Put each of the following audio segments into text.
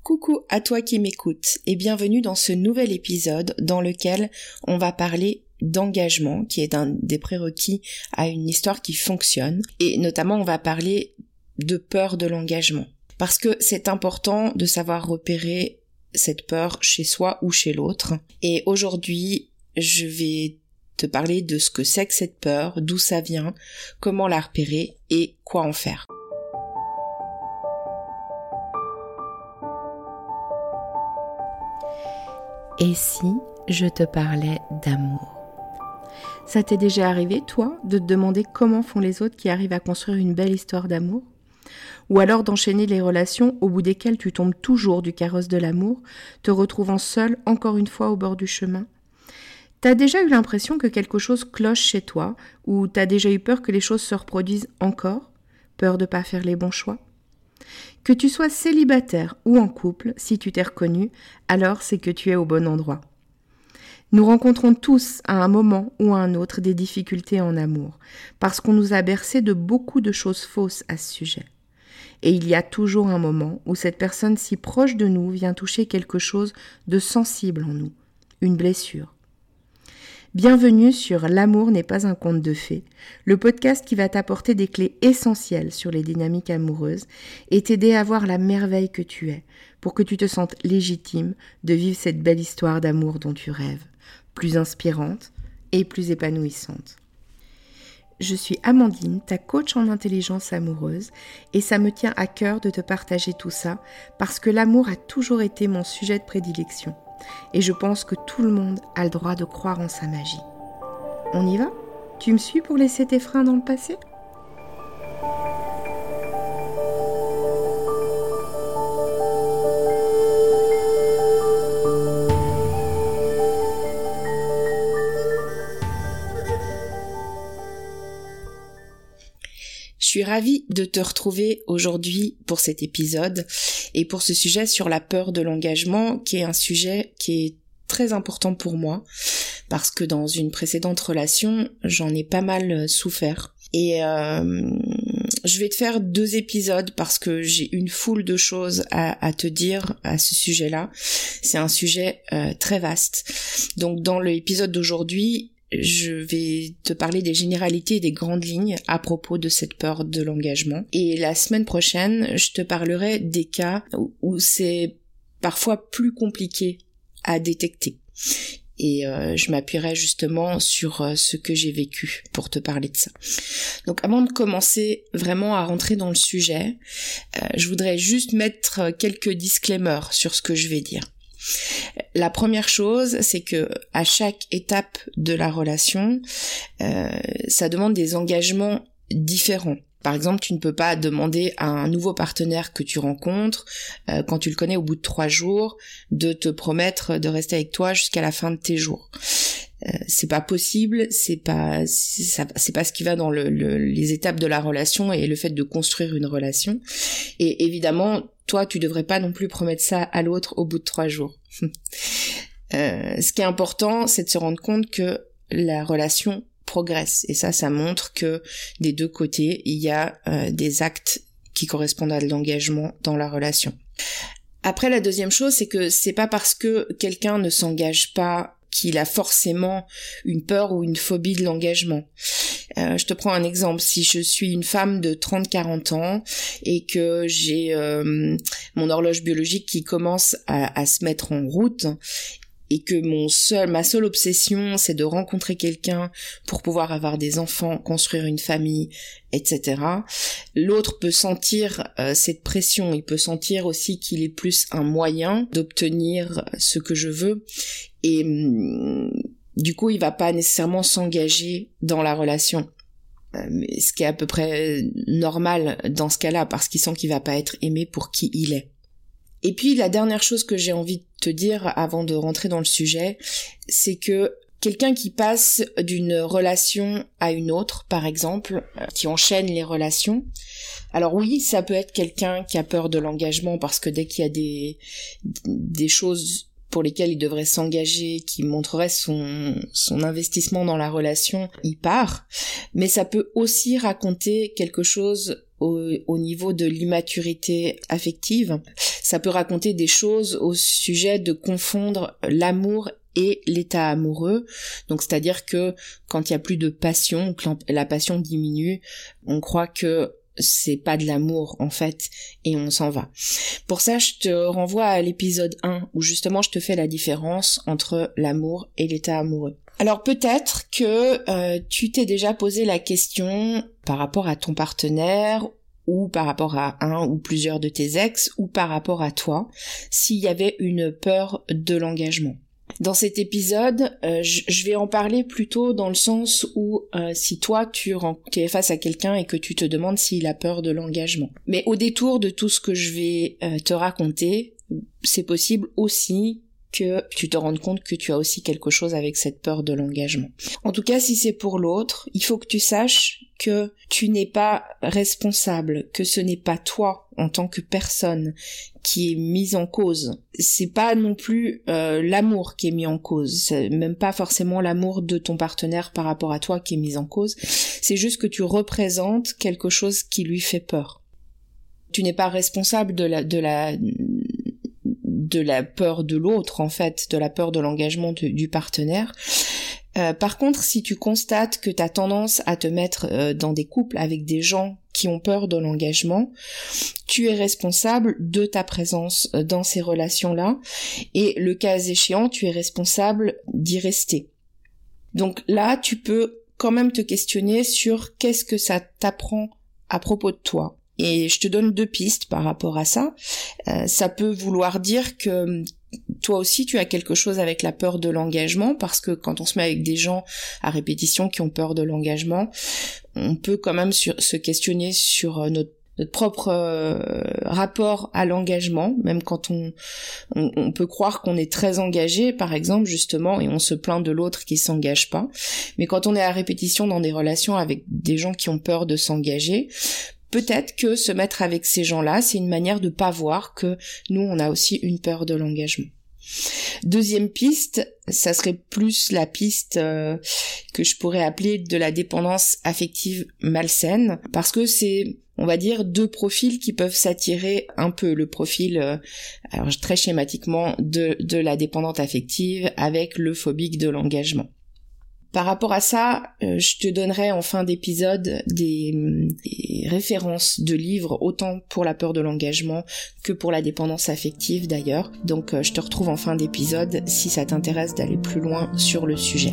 Coucou à toi qui m'écoutes et bienvenue dans ce nouvel épisode dans lequel on va parler d'engagement qui est un des prérequis à une histoire qui fonctionne et notamment on va parler de peur de l'engagement parce que c'est important de savoir repérer cette peur chez soi ou chez l'autre et aujourd'hui je vais te parler de ce que c'est que cette peur, d'où ça vient, comment la repérer et quoi en faire. Et si je te parlais d'amour ? Ça t'est déjà arrivé, toi, de te demander comment font les autres qui arrivent à construire une belle histoire d'amour ? Ou alors d'enchaîner les relations au bout desquelles tu tombes toujours du carrosse de l'amour, te retrouvant seul encore une fois au bord du chemin ? T'as déjà eu l'impression que quelque chose cloche chez toi, ou t'as déjà eu peur que les choses se reproduisent encore ? Peur de pas faire les bons choix ? Que tu sois célibataire ou en couple, si tu t'es reconnu, alors c'est que tu es au bon endroit. Nous rencontrons tous à un moment ou à un autre des difficultés en amour, parce qu'on nous a bercé de beaucoup de choses fausses à ce sujet. Et il y a toujours un moment où cette personne si proche de nous vient toucher quelque chose de sensible en nous, une blessure. Bienvenue sur L'amour n'est pas un conte de fées, le podcast qui va t'apporter des clés essentielles sur les dynamiques amoureuses et t'aider à voir la merveille que tu es, pour que tu te sentes légitime de vivre cette belle histoire d'amour dont tu rêves, plus inspirante et plus épanouissante. Je suis Amandine, ta coach en intelligence amoureuse, et ça me tient à cœur de te partager tout ça parce que l'amour a toujours été mon sujet de prédilection. Et je pense que tout le monde a le droit de croire en sa magie. On y va ? Tu me suis pour laisser tes freins dans le passé ? Je suis ravie de te retrouver aujourd'hui pour cet épisode et pour ce sujet sur la peur de l'engagement qui est un sujet qui est très important pour moi parce que dans une précédente relation, j'en ai pas mal souffert. Et je vais te faire 2 épisodes parce que j'ai une foule de choses à te dire à ce sujet-là. C'est un sujet très vaste. Donc dans l'épisode d'aujourd'hui, je vais te parler des généralités et des grandes lignes à propos de cette peur de l'engagement. Et la semaine prochaine, je te parlerai des cas où c'est parfois plus compliqué à détecter. Et je m'appuierai justement sur ce que j'ai vécu pour te parler de ça. Donc avant de commencer vraiment à rentrer dans le sujet, je voudrais juste mettre quelques disclaimers sur ce que je vais dire. La première chose, c'est que à chaque étape de la relation, ça demande des engagements différents. Par exemple, tu ne peux pas demander à un nouveau partenaire que tu rencontres, quand tu le connais au bout de 3 jours, de te promettre de rester avec toi jusqu'à la fin de tes jours. C'est pas possible, c'est pas ce qui va dans les étapes de la relation et le fait de construire une relation. Et évidemment, toi, tu devrais pas non plus promettre ça à l'autre au bout de 3 jours. Ce qui est important, c'est de se rendre compte que la relation progresse. Et ça montre que des 2 côtés, il y a des actes qui correspondent à de l'engagement dans la relation. Après, la deuxième chose, c'est que c'est pas parce que quelqu'un ne s'engage pas qu'il a forcément une peur ou une phobie de l'engagement. Je te prends un exemple. Si je suis une femme de 30-40 ans et que j'ai mon horloge biologique qui commence à se mettre en route et que ma seule obsession, c'est de rencontrer quelqu'un pour pouvoir avoir des enfants, construire une famille, etc. L'autre peut sentir cette pression. Il peut sentir aussi qu'il est plus un moyen d'obtenir ce que je veux. Et du coup, il va pas nécessairement s'engager dans la relation. Ce qui est à peu près normal dans ce cas-là, parce qu'il sent qu'il va pas être aimé pour qui il est. Et puis la dernière chose que j'ai envie de te dire avant de rentrer dans le sujet, c'est que quelqu'un qui passe d'une relation à une autre, par exemple, qui enchaîne les relations, alors oui, ça peut être quelqu'un qui a peur de l'engagement parce que dès qu'il y a des choses pour lesquelles il devrait s'engager, qui montrerait son investissement dans la relation, il part. Mais ça peut aussi raconter quelque chose au niveau de l'immaturité affective. Ça peut raconter des choses au sujet de confondre l'amour et l'état amoureux. Donc c'est-à-dire que quand il y a plus de passion, que la passion diminue, on croit que c'est pas de l'amour en fait et on s'en va. Pour ça, je te renvoie à l'épisode 1 où justement je te fais la différence entre l'amour et l'état amoureux. Alors peut-être que tu t'es déjà posé la question par rapport à ton partenaire ou par rapport à un ou plusieurs de tes ex ou par rapport à toi, s'il y avait une peur de l'engagement. Dans cet épisode, je vais en parler plutôt dans le sens où si toi tu es face à quelqu'un et que tu te demandes s'il a peur de l'engagement. Mais au détour de tout ce que je vais te raconter, c'est possible aussi que tu te rendes compte que tu as aussi quelque chose avec cette peur de l'engagement. En tout cas, si c'est pour l'autre, il faut que tu saches que tu n'es pas responsable, que ce n'est pas toi en tant que personne qui est mise en cause. C'est pas non plus l'amour qui est mis en cause, c'est même pas forcément l'amour de ton partenaire par rapport à toi qui est mis en cause, c'est juste que tu représentes quelque chose qui lui fait peur. Tu n'es pas responsable de la peur de l'autre, en fait, de la peur de l'engagement du partenaire. Par contre, si tu constates que tu as tendance à te mettre dans des couples avec des gens qui ont peur de l'engagement, tu es responsable de ta présence dans ces relations-là et le cas échéant, tu es responsable d'y rester. Donc là, tu peux quand même te questionner sur qu'est-ce que ça t'apprend à propos de toi. Et je te donne 2 pistes par rapport à ça. Ça peut vouloir dire que toi aussi tu as quelque chose avec la peur de l'engagement, parce que quand on se met avec des gens à répétition qui ont peur de l'engagement, on peut quand même se questionner sur notre propre rapport à l'engagement, même quand on peut croire qu'on est très engagé, par exemple, justement, et on se plaint de l'autre qui s'engage pas. Mais quand on est à répétition dans des relations avec des gens qui ont peur de s'engager, peut-être que se mettre avec ces gens-là, c'est une manière de pas voir que nous, on a aussi une peur de l'engagement. 2e piste, ça serait plus la piste que je pourrais appeler de la dépendance affective malsaine, parce que c'est, on va dire, 2 profils qui peuvent s'attirer un peu. Le profil, alors très schématiquement, de la dépendante affective avec le phobique de l'engagement. Par rapport à ça, je te donnerai en fin d'épisode des références de livres, autant pour la peur de l'engagement que pour la dépendance affective d'ailleurs. Donc je te retrouve en fin d'épisode si ça t'intéresse d'aller plus loin sur le sujet.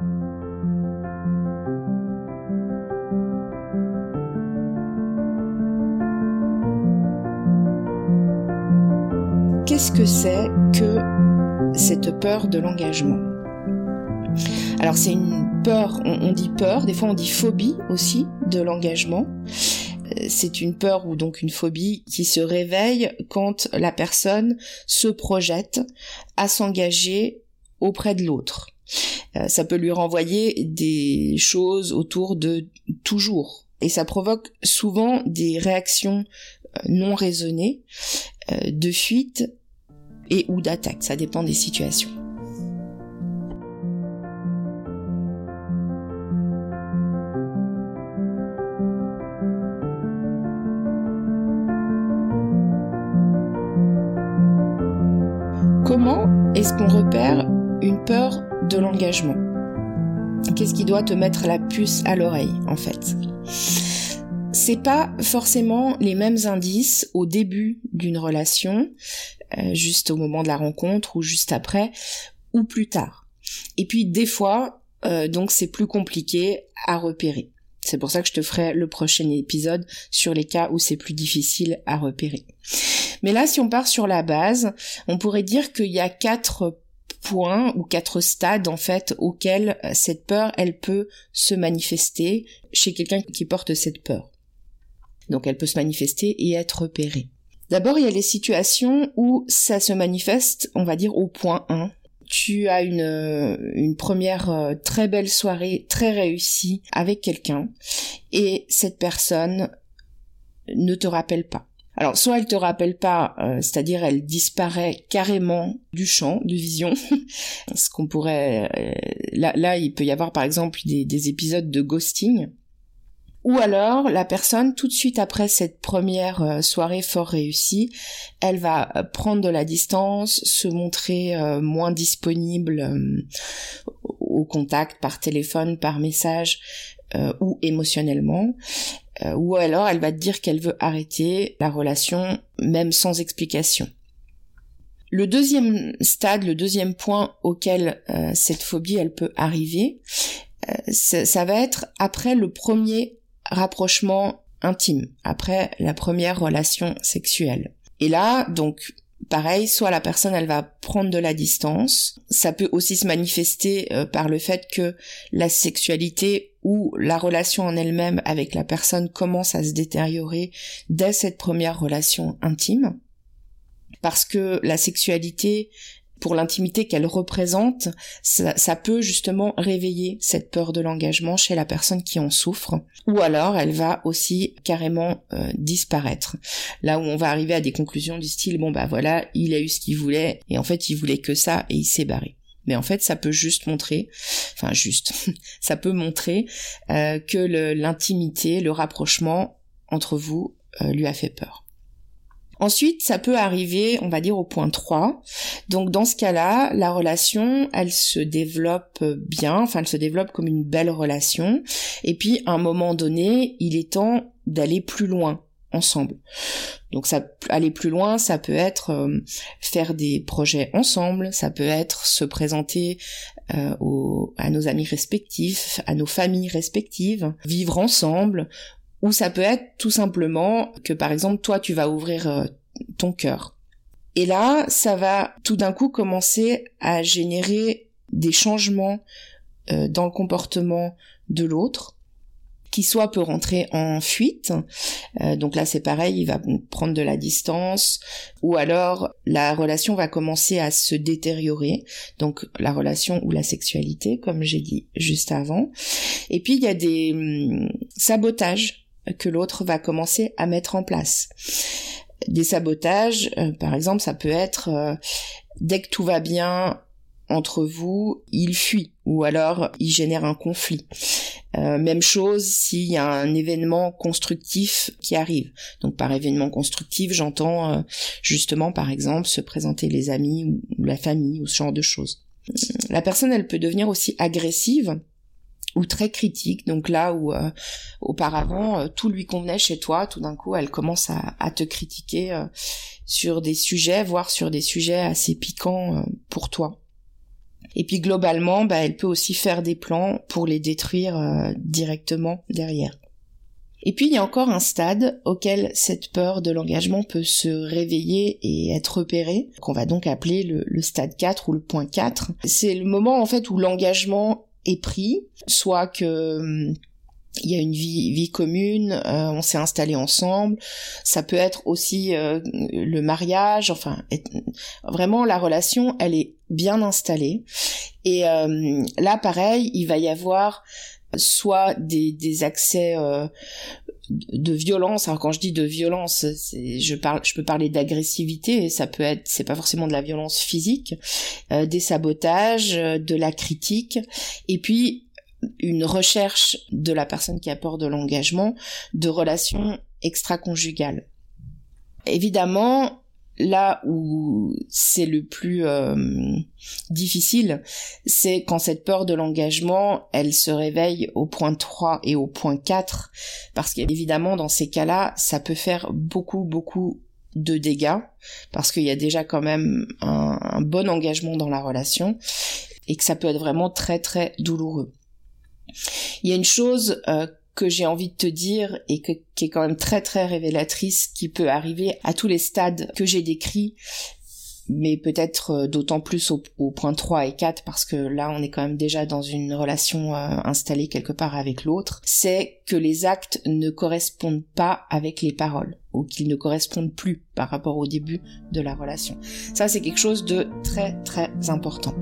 Qu'est-ce que c'est que cette peur de l'engagement ? Alors c'est une peur, on dit peur, des fois on dit phobie aussi de l'engagement. C'est une peur ou donc une phobie qui se réveille quand la personne se projette à s'engager auprès de l'autre. Ça peut lui renvoyer des choses autour de toujours. Et ça provoque souvent des réactions non raisonnées, de fuite et ou d'attaque. Ça dépend des situations. Comment est-ce qu'on repère une peur de l'engagement ? Qu'est-ce qui doit te mettre la puce à l'oreille, en fait ? C'est pas forcément les mêmes indices au début d'une relation, juste au moment de la rencontre ou juste après, ou plus tard. Et puis des fois, donc c'est plus compliqué à repérer. C'est pour ça que je te ferai le prochain épisode sur les cas où c'est plus difficile à repérer. Mais là, si on part sur la base, on pourrait dire qu'il y a 4 points ou 4 stades en fait auxquels cette peur, elle peut se manifester chez quelqu'un qui porte cette peur. Donc elle peut se manifester et être repérée. D'abord, il y a les situations où ça se manifeste, on va dire au point 1. Tu as une première très belle soirée, très réussie avec quelqu'un, et cette personne ne te rappelle pas. Alors, soit elle te rappelle pas, c'est-à-dire elle disparaît carrément du champ de vision, ce qu'on pourrait... Là, il peut y avoir par exemple des épisodes de ghosting, Ou alors, la personne, tout de suite après cette première soirée fort réussie, elle va prendre de la distance, se montrer moins disponible au contact, par téléphone, par message ou émotionnellement. Ou alors, elle va te dire qu'elle veut arrêter la relation, même sans explication. Le deuxième stade, le deuxième point auquel cette phobie, elle peut arriver, ça va être après le premier rapprochement intime, après la première relation sexuelle. Et là, donc, pareil, soit la personne, elle va prendre de la distance. Ça peut aussi se manifester par le fait que la sexualité ou la relation en elle-même avec la personne commence à se détériorer dès cette première relation intime. Parce que la sexualité, pour l'intimité qu'elle représente, ça peut justement réveiller cette peur de l'engagement chez la personne qui en souffre. Ou alors, elle va aussi carrément disparaître. Là où on va arriver à des conclusions du style, bon bah voilà, il a eu ce qu'il voulait, et en fait il voulait que ça, et il s'est barré. Mais en fait, ça peut juste montrer, ça peut montrer que l'intimité, le rapprochement entre vous lui a fait peur. Ensuite, ça peut arriver, on va dire, au point 3. Donc, dans ce cas-là, la relation, elle se développe bien, elle se développe comme une belle relation. Et puis, à un moment donné, il est temps d'aller plus loin ensemble. Donc, aller plus loin, ça peut être faire des projets ensemble, ça peut être se présenter à nos amis respectifs, à nos familles respectives, vivre ensemble. Ou ça peut être tout simplement que, par exemple, toi, tu vas ouvrir ton cœur. Et là, ça va tout d'un coup commencer à générer des changements dans le comportement de l'autre, qui soit peut rentrer en fuite, donc là c'est pareil, il va prendre de la distance, ou alors la relation va commencer à se détériorer, donc la relation ou la sexualité, comme j'ai dit juste avant. Et puis il y a des sabotages que l'autre va commencer à mettre en place. Des sabotages, par exemple, ça peut être dès que tout va bien entre vous, il fuit, ou alors il génère un conflit. Même chose s'il y a un événement constructif qui arrive. Donc par événement constructif, j'entends justement, par exemple, se présenter les amis ou la famille ou ce genre de choses. La personne, elle peut devenir aussi agressive ou très critique, donc là où auparavant tout lui convenait chez toi, tout d'un coup elle commence à te critiquer sur des sujets, voire sur des sujets assez piquants pour toi. Et puis globalement, elle peut aussi faire des plans pour les détruire directement derrière. Et puis il y a encore un stade auquel cette peur de l'engagement peut se réveiller et être repérée, qu'on va donc appeler le stade 4 ou le point 4. C'est le moment en fait où l'engagement est pris, soit que il y a une vie commune, on s'est installé ensemble, ça peut être aussi le mariage, vraiment la relation elle est bien installée, et là pareil il va y avoir soit des accès de violence. Alors quand je dis de violence, je peux parler d'agressivité, c'est pas forcément de la violence physique, des sabotages, de la critique, et puis une recherche de la personne qui a peur de l'engagement de relations extra-conjugales. Évidemment, là où c'est le plus difficile, c'est quand cette peur de l'engagement, elle se réveille au point 3 et au point 4, parce qu'évidemment, dans ces cas-là, ça peut faire beaucoup de dégâts, parce qu'il y a déjà quand même un bon engagement dans la relation, et que ça peut être vraiment très douloureux. Il y a une chose que j'ai envie de te dire et qui est quand même très révélatrice, qui peut arriver à tous les stades que j'ai décrits, mais peut-être d'autant plus au point 3 et 4, parce que là on est quand même déjà dans une relation installée quelque part avec l'autre, c'est que les actes ne correspondent pas avec les paroles, ou qu'ils ne correspondent plus par rapport au début de la relation. Ça c'est quelque chose de très important.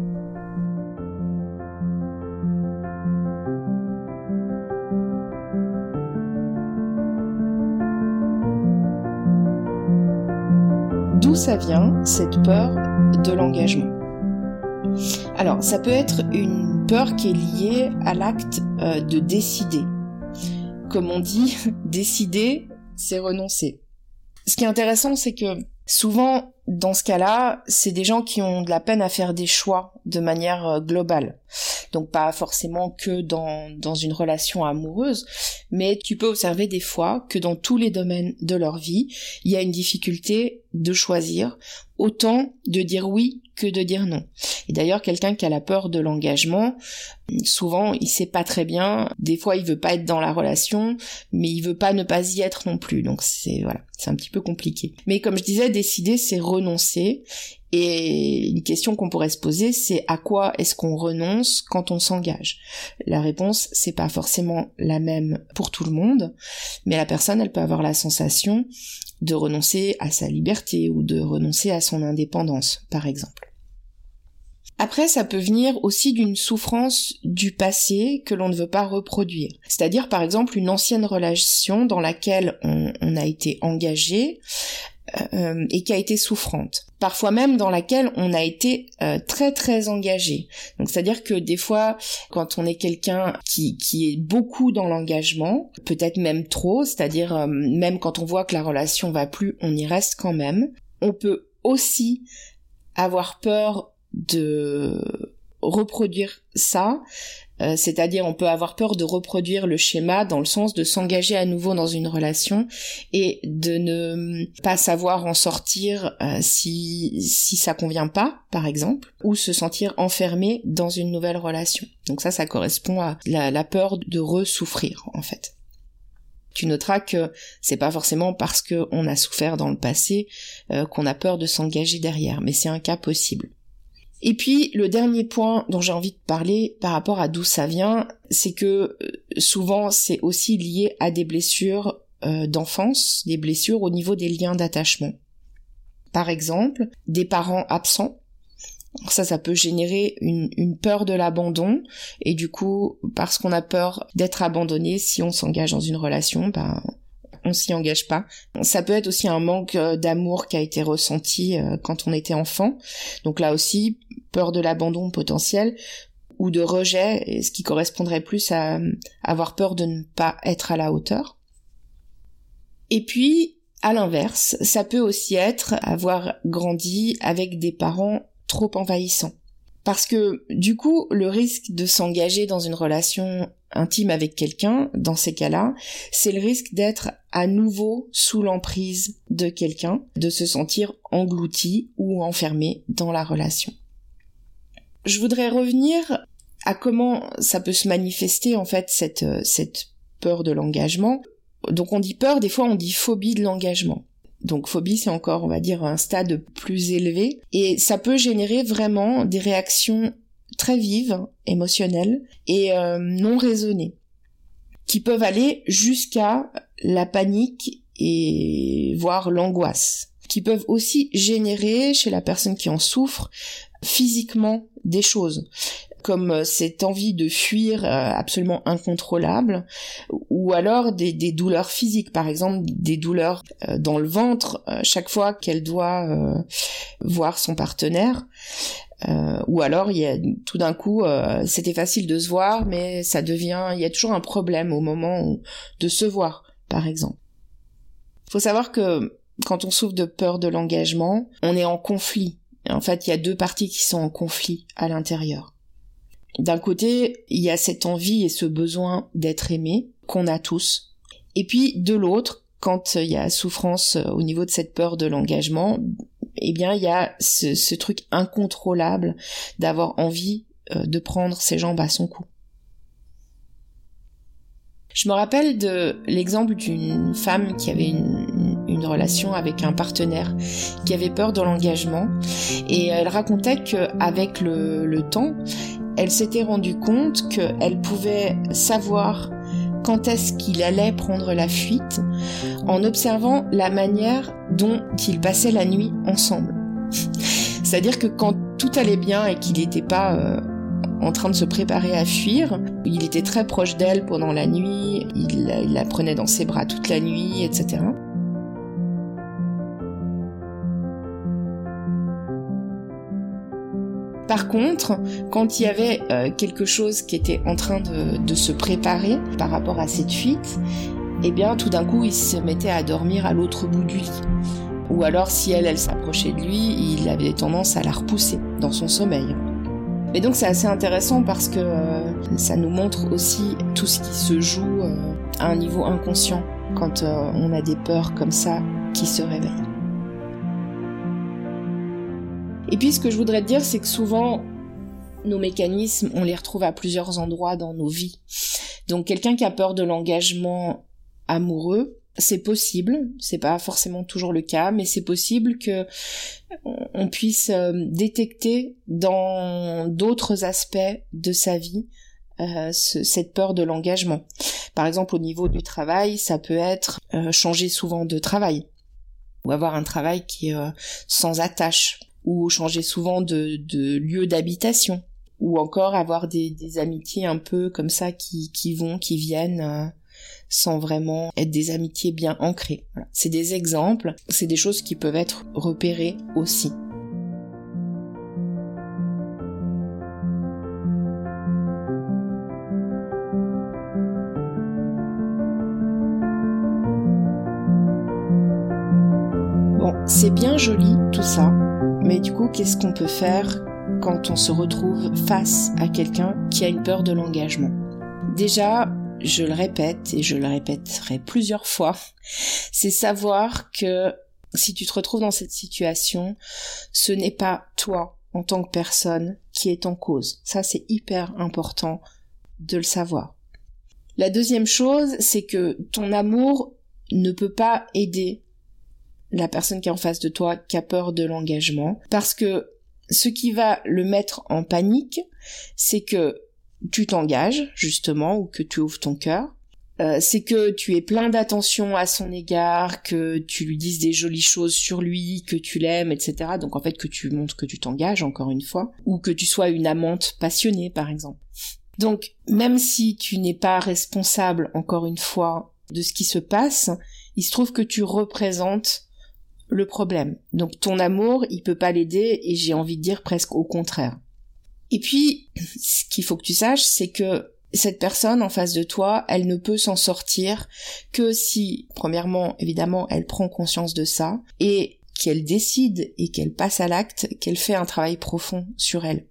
D'où ça vient, cette peur de l'engagement? Alors, ça peut être une peur qui est liée à l'acte de décider. comme on dit, décider, c'est renoncer. Ce qui est intéressant, c'est que souvent, dans ce cas-là, c'est des gens qui ont de la peine à faire des choix de manière globale. Donc pas forcément que dans une relation amoureuse, mais tu peux observer des fois que dans tous les domaines de leur vie, il y a une difficulté de choisir, autant de dire oui que de dire non. Et d'ailleurs, quelqu'un qui a la peur de l'engagement, souvent, il sait pas très bien, des fois il veut pas être dans la relation, mais il veut pas ne pas y être non plus. Donc c'est un petit peu compliqué. Mais comme je disais, décider, c'est renoncer. Et une question qu'on pourrait se poser, c'est à quoi est-ce qu'on renonce quand on s'engage? La réponse, c'est pas forcément la même pour tout le monde, mais la personne, elle peut avoir la sensation de renoncer à sa liberté ou de renoncer à son indépendance, par exemple. Après, ça peut venir aussi d'une souffrance du passé que l'on ne veut pas reproduire. C'est-à-dire, par exemple, une ancienne relation dans laquelle on a été engagé et qui a été souffrante. Parfois même dans laquelle on a été très très engagé. Donc c'est-à-dire que des fois, quand on est quelqu'un qui est beaucoup dans l'engagement, peut-être même trop, c'est-à-dire même quand on voit que la relation va plus, on y reste quand même. On peut aussi avoir peur de reproduire ça, c'est-à-dire on peut avoir peur de reproduire le schéma dans le sens de s'engager à nouveau dans une relation et de ne pas savoir en sortir si ça convient pas, par exemple, ou se sentir enfermé dans une nouvelle relation. Donc ça correspond à la peur de ressouffrir, en fait. Tu noteras que c'est pas forcément parce qu'on a souffert dans le passé qu'on a peur de s'engager derrière, mais c'est un cas possible. Et puis, le dernier point dont j'ai envie de parler par rapport à d'où ça vient, c'est que souvent c'est aussi lié à des blessures d'enfance, des blessures au niveau des liens d'attachement. Par exemple, des parents absents. Ça peut générer une peur de l'abandon, et du coup, parce qu'on a peur d'être abandonné, si on s'engage dans une relation, on s'y engage pas. Ça peut être aussi un manque d'amour qui a été ressenti quand on était enfant. Donc là aussi, peur de l'abandon potentiel ou de rejet, ce qui correspondrait plus à avoir peur de ne pas être à la hauteur. Et puis, à l'inverse, ça peut aussi être avoir grandi avec des parents trop envahissants. Parce que, du coup, le risque de s'engager dans une relation intime avec quelqu'un, dans ces cas-là, c'est le risque d'être à nouveau sous l'emprise de quelqu'un, de se sentir englouti ou enfermé dans la relation. Je voudrais revenir à comment ça peut se manifester, en fait, cette peur de l'engagement. Donc on dit peur, des fois on dit phobie de l'engagement. Donc phobie, c'est encore, on va dire, un stade plus élevé. Et ça peut générer vraiment des réactions très vives, émotionnelles et non raisonnées, qui peuvent aller jusqu'à la panique et voire l'angoisse, qui peuvent aussi générer chez la personne qui en souffre physiquement des choses, comme cette envie de fuir absolument incontrôlable, ou alors des douleurs physiques, par exemple des douleurs dans le ventre chaque fois qu'elle doit voir son partenaire, ou alors il y a tout d'un coup c'était facile de se voir, mais il y a toujours un problème au moment de se voir, par exemple. Faut savoir que quand on souffre de peur de l'engagement, on est en conflit. En fait, il y a deux parties qui sont en conflit à l'intérieur. D'un côté, il y a cette envie et ce besoin d'être aimé qu'on a tous. Et puis, de l'autre, quand il y a souffrance au niveau de cette peur de l'engagement, eh bien, il y a ce truc incontrôlable d'avoir envie de prendre ses jambes à son cou. Je me rappelle de l'exemple d'une femme qui avait une relation avec un partenaire qui avait peur de l'engagement, et elle racontait qu'avec le temps, elle s'était rendue compte qu'elle pouvait savoir quand est-ce qu'il allait prendre la fuite en observant la manière dont ils passaient la nuit ensemble. C'est-à-dire que quand tout allait bien et qu'il n'était pas en train de se préparer à fuir, il était très proche d'elle pendant la nuit, il la prenait dans ses bras toute la nuit, etc. Par contre, quand il y avait quelque chose qui était en train de se préparer par rapport à cette fuite, eh bien tout d'un coup il se mettait à dormir à l'autre bout du lit. Ou alors si elle s'approchait de lui, il avait tendance à la repousser dans son sommeil. Et donc c'est assez intéressant parce que ça nous montre aussi tout ce qui se joue à un niveau inconscient quand on a des peurs comme ça qui se réveillent. Et puis ce que je voudrais te dire, c'est que souvent nos mécanismes, on les retrouve à plusieurs endroits dans nos vies. Donc quelqu'un qui a peur de l'engagement amoureux, c'est possible, c'est pas forcément toujours le cas, mais c'est possible que on puisse détecter dans d'autres aspects de sa vie cette peur de l'engagement. Par exemple, au niveau du travail, ça peut être changer souvent de travail, ou avoir un travail qui est sans attache, ou changer souvent de lieu d'habitation, ou encore avoir des amitiés un peu comme ça qui viennent sans vraiment être des amitiés bien ancrées. Voilà. C'est des exemples, c'est des choses qui peuvent être repérées aussi. Bon, c'est bien joli tout ça, mais du coup, qu'est-ce qu'on peut faire quand on se retrouve face à quelqu'un qui a une peur de l'engagement ? Déjà, je le répète et je le répéterai plusieurs fois, c'est savoir que si tu te retrouves dans cette situation, ce n'est pas toi en tant que personne qui est en cause. Ça, c'est hyper important de le savoir. La deuxième chose, c'est que ton amour ne peut pas aider la personne qui est en face de toi qui a peur de l'engagement, parce que ce qui va le mettre en panique, c'est que tu t'engages, justement, ou que tu ouvres ton cœur, c'est que tu aies plein d'attention à son égard, que tu lui dises des jolies choses sur lui, que tu l'aimes, etc. Donc en fait que tu montres que tu t'engages, encore une fois, ou que tu sois une amante passionnée, par exemple. Donc même si tu n'es pas responsable, encore une fois, de ce qui se passe, il se trouve que tu représentes le problème. Donc ton amour, il peut pas l'aider, et j'ai envie de dire presque au contraire. Et puis, ce qu'il faut que tu saches, c'est que cette personne en face de toi, elle ne peut s'en sortir que si, premièrement, évidemment, elle prend conscience de ça, et qu'elle décide et qu'elle passe à l'acte, qu'elle fait un travail profond sur elle.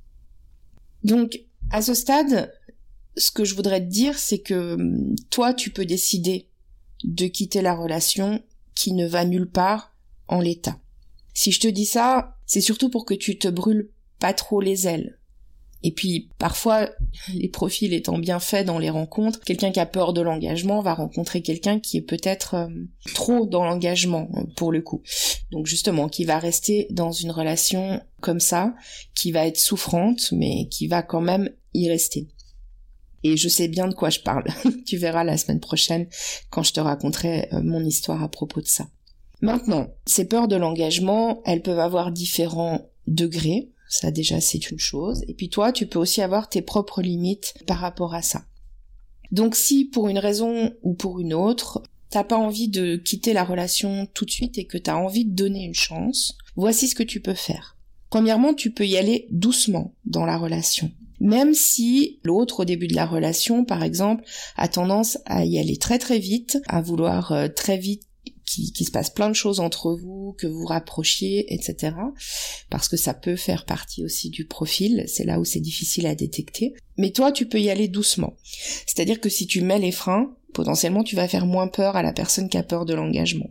Donc, à ce stade, ce que je voudrais te dire, c'est que toi, tu peux décider de quitter la relation qui ne va nulle part en l'état. Si je te dis ça, c'est surtout pour que tu te brûles pas trop les ailes. Et puis, parfois, les profils étant bien faits dans les rencontres, quelqu'un qui a peur de l'engagement va rencontrer quelqu'un qui est peut-être trop dans l'engagement, pour le coup. Donc justement, qui va rester dans une relation comme ça, qui va être souffrante, mais qui va quand même y rester. Et je sais bien de quoi je parle. Tu verras la semaine prochaine quand je te raconterai mon histoire à propos de ça. Maintenant, ces peurs de l'engagement, elles peuvent avoir différents degrés. Ça déjà c'est une chose. Et puis toi, tu peux aussi avoir tes propres limites par rapport à ça. Donc si pour une raison ou pour une autre, t'as pas envie de quitter la relation tout de suite et que t'as envie de donner une chance, voici ce que tu peux faire. Premièrement, tu peux y aller doucement dans la relation. Même si l'autre, au début de la relation, par exemple, a tendance à y aller très très vite, à vouloir très vite qu'il se passe plein de choses entre vous, que vous vous rapprochiez, etc. Parce que ça peut faire partie aussi du profil, c'est là où c'est difficile à détecter. Mais toi, tu peux y aller doucement. C'est-à-dire que si tu mets les freins, potentiellement tu vas faire moins peur à la personne qui a peur de l'engagement.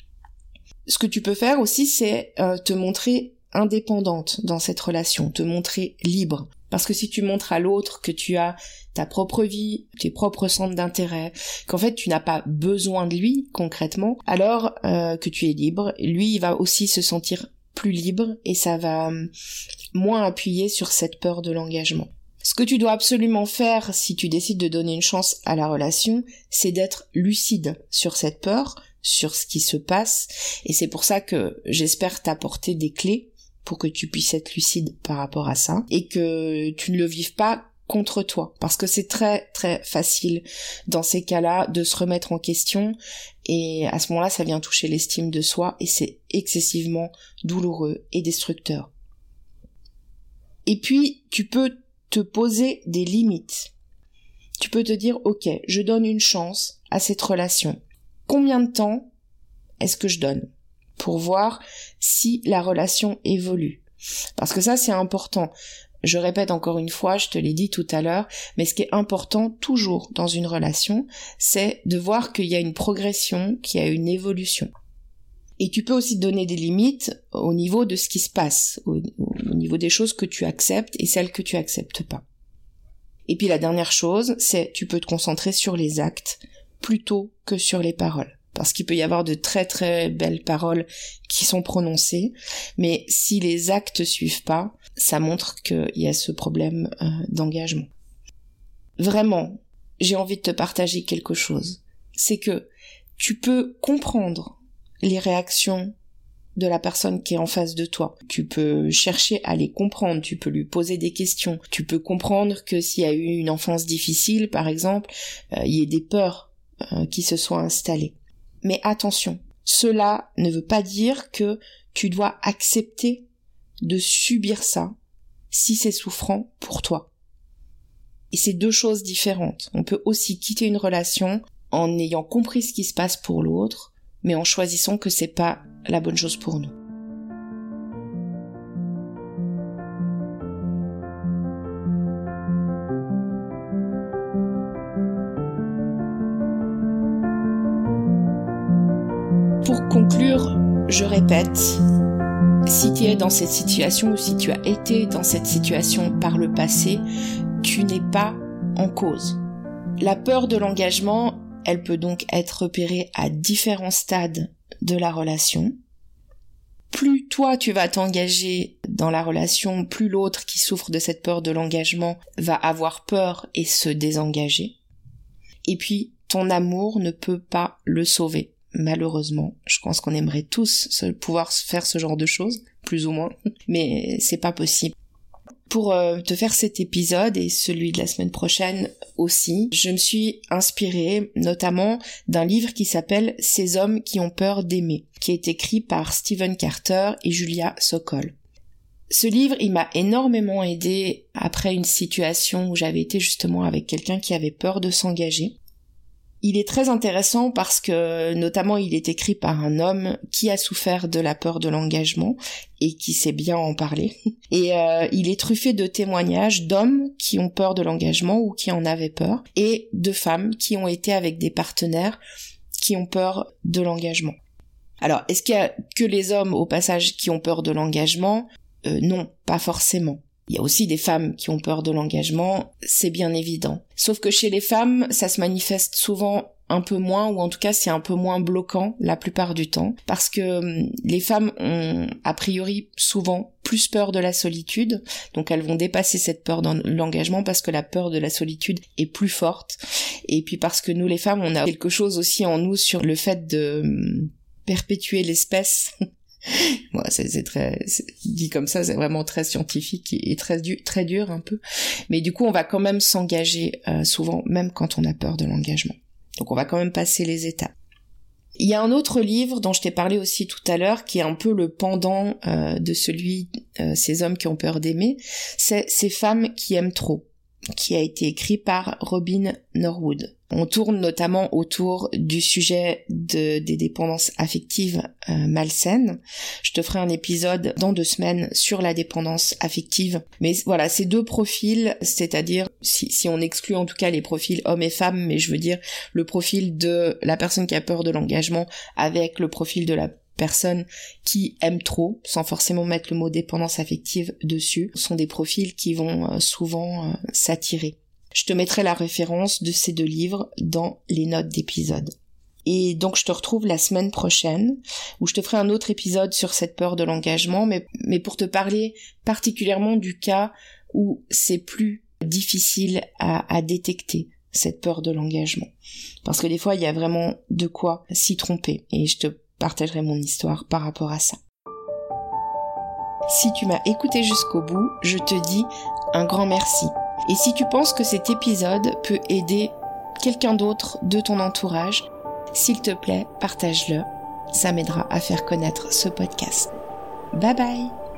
Ce que tu peux faire aussi, c'est te montrer indépendante dans cette relation, te montrer libre. Parce que si tu montres à l'autre que tu as ta propre vie, tes propres centres d'intérêt, qu'en fait tu n'as pas besoin de lui concrètement, alors que tu es libre, lui il va aussi se sentir plus libre et ça va moins appuyer sur cette peur de l'engagement. Ce que tu dois absolument faire si tu décides de donner une chance à la relation, c'est d'être lucide sur cette peur, sur ce qui se passe, et c'est pour ça que j'espère t'apporter des clés pour que tu puisses être lucide par rapport à ça, et que tu ne le vives pas contre toi, parce que c'est très très facile dans ces cas-là de se remettre en question, et à ce moment-là ça vient toucher l'estime de soi, et c'est excessivement douloureux et destructeur. Et puis, tu peux te poser des limites. Tu peux te dire, ok, je donne une chance à cette relation. Combien de temps est-ce que je donne pour voir si la relation évolue? Parce que ça, c'est important. Je répète encore une fois, je te l'ai dit tout à l'heure, mais ce qui est important toujours dans une relation, c'est de voir qu'il y a une progression, qu'il y a une évolution. Et tu peux aussi te donner des limites au niveau de ce qui se passe, au niveau des choses que tu acceptes et celles que tu acceptes pas. Et puis la dernière chose, c'est tu peux te concentrer sur les actes plutôt que sur les paroles. Parce qu'il peut y avoir de très très belles paroles qui sont prononcées, mais si les actes suivent pas, ça montre qu'il y a ce problème d'engagement. Vraiment, j'ai envie de te partager quelque chose. C'est que tu peux comprendre les réactions de la personne qui est en face de toi. Tu peux chercher à les comprendre, tu peux lui poser des questions, tu peux comprendre que s'il y a eu une enfance difficile, par exemple, il y ait des peurs qui se soient installées. Mais attention, cela ne veut pas dire que tu dois accepter de subir ça si c'est souffrant pour toi. Et c'est deux choses différentes. On peut aussi quitter une relation en ayant compris ce qui se passe pour l'autre, mais en choisissant que c'est pas la bonne chose pour nous. Pour conclure, je répète, si tu es dans cette situation ou si tu as été dans cette situation par le passé, tu n'es pas en cause. La peur de l'engagement, elle peut donc être repérée à différents stades de la relation. Plus toi tu vas t'engager dans la relation, plus l'autre qui souffre de cette peur de l'engagement va avoir peur et se désengager. Et puis, ton amour ne peut pas le sauver. Malheureusement, je pense qu'on aimerait tous pouvoir faire ce genre de choses, plus ou moins, mais c'est pas possible. Pour te faire cet épisode et celui de la semaine prochaine aussi, je me suis inspirée notamment d'un livre qui s'appelle « Ces hommes qui ont peur d'aimer », qui est écrit par Stephen Carter et Julia Sokol. Ce livre, il m'a énormément aidée après une situation où j'avais été justement avec quelqu'un qui avait peur de s'engager. Il est très intéressant parce que, notamment, il est écrit par un homme qui a souffert de la peur de l'engagement et qui sait bien en parler. Et il est truffé de témoignages d'hommes qui ont peur de l'engagement ou qui en avaient peur, et de femmes qui ont été avec des partenaires qui ont peur de l'engagement. Alors, est-ce qu'il y a que les hommes, au passage, qui ont peur de l'engagement ? Non, pas forcément. Il y a aussi des femmes qui ont peur de l'engagement, c'est bien évident. Sauf que chez les femmes, ça se manifeste souvent un peu moins, ou en tout cas c'est un peu moins bloquant la plupart du temps, parce que les femmes ont a priori souvent plus peur de la solitude, donc elles vont dépasser cette peur de l'engagement parce que la peur de la solitude est plus forte, et puis parce que nous les femmes, on a quelque chose aussi en nous sur le fait de perpétuer l'espèce. Bon, c'est dit comme ça, c'est vraiment très scientifique et très dur un peu. Mais du coup, on va quand même s'engager souvent, même quand on a peur de l'engagement. Donc on va quand même passer les étapes. Il y a un autre livre dont je t'ai parlé aussi tout à l'heure, qui est un peu le pendant de celui Ces hommes qui ont peur d'aimer, c'est Ces femmes qui aiment trop, qui a été écrit par Robin Norwood. On tourne notamment autour du sujet des dépendances affectives malsaines. Je te ferai un épisode dans 2 semaines sur la dépendance affective. Mais voilà, ces deux profils, c'est-à-dire, si on exclut en tout cas les profils hommes et femmes, mais je veux dire le profil de la personne qui a peur de l'engagement avec le profil de la personne qui aime trop, sans forcément mettre le mot dépendance affective dessus, sont des profils qui vont souvent s'attirer. Je te mettrai la référence de ces 2 livres dans les notes d'épisode. Et donc je te retrouve la semaine prochaine, où je te ferai un autre épisode sur cette peur de l'engagement, mais pour te parler particulièrement du cas où c'est plus difficile à détecter cette peur de l'engagement. Parce que des fois, il y a vraiment de quoi s'y tromper, et je te partagerai mon histoire par rapport à ça. Si tu m'as écouté jusqu'au bout, je te dis un grand merci. Et si tu penses que cet épisode peut aider quelqu'un d'autre de ton entourage, s'il te plaît, partage-le. Ça m'aidera à faire connaître ce podcast. Bye bye!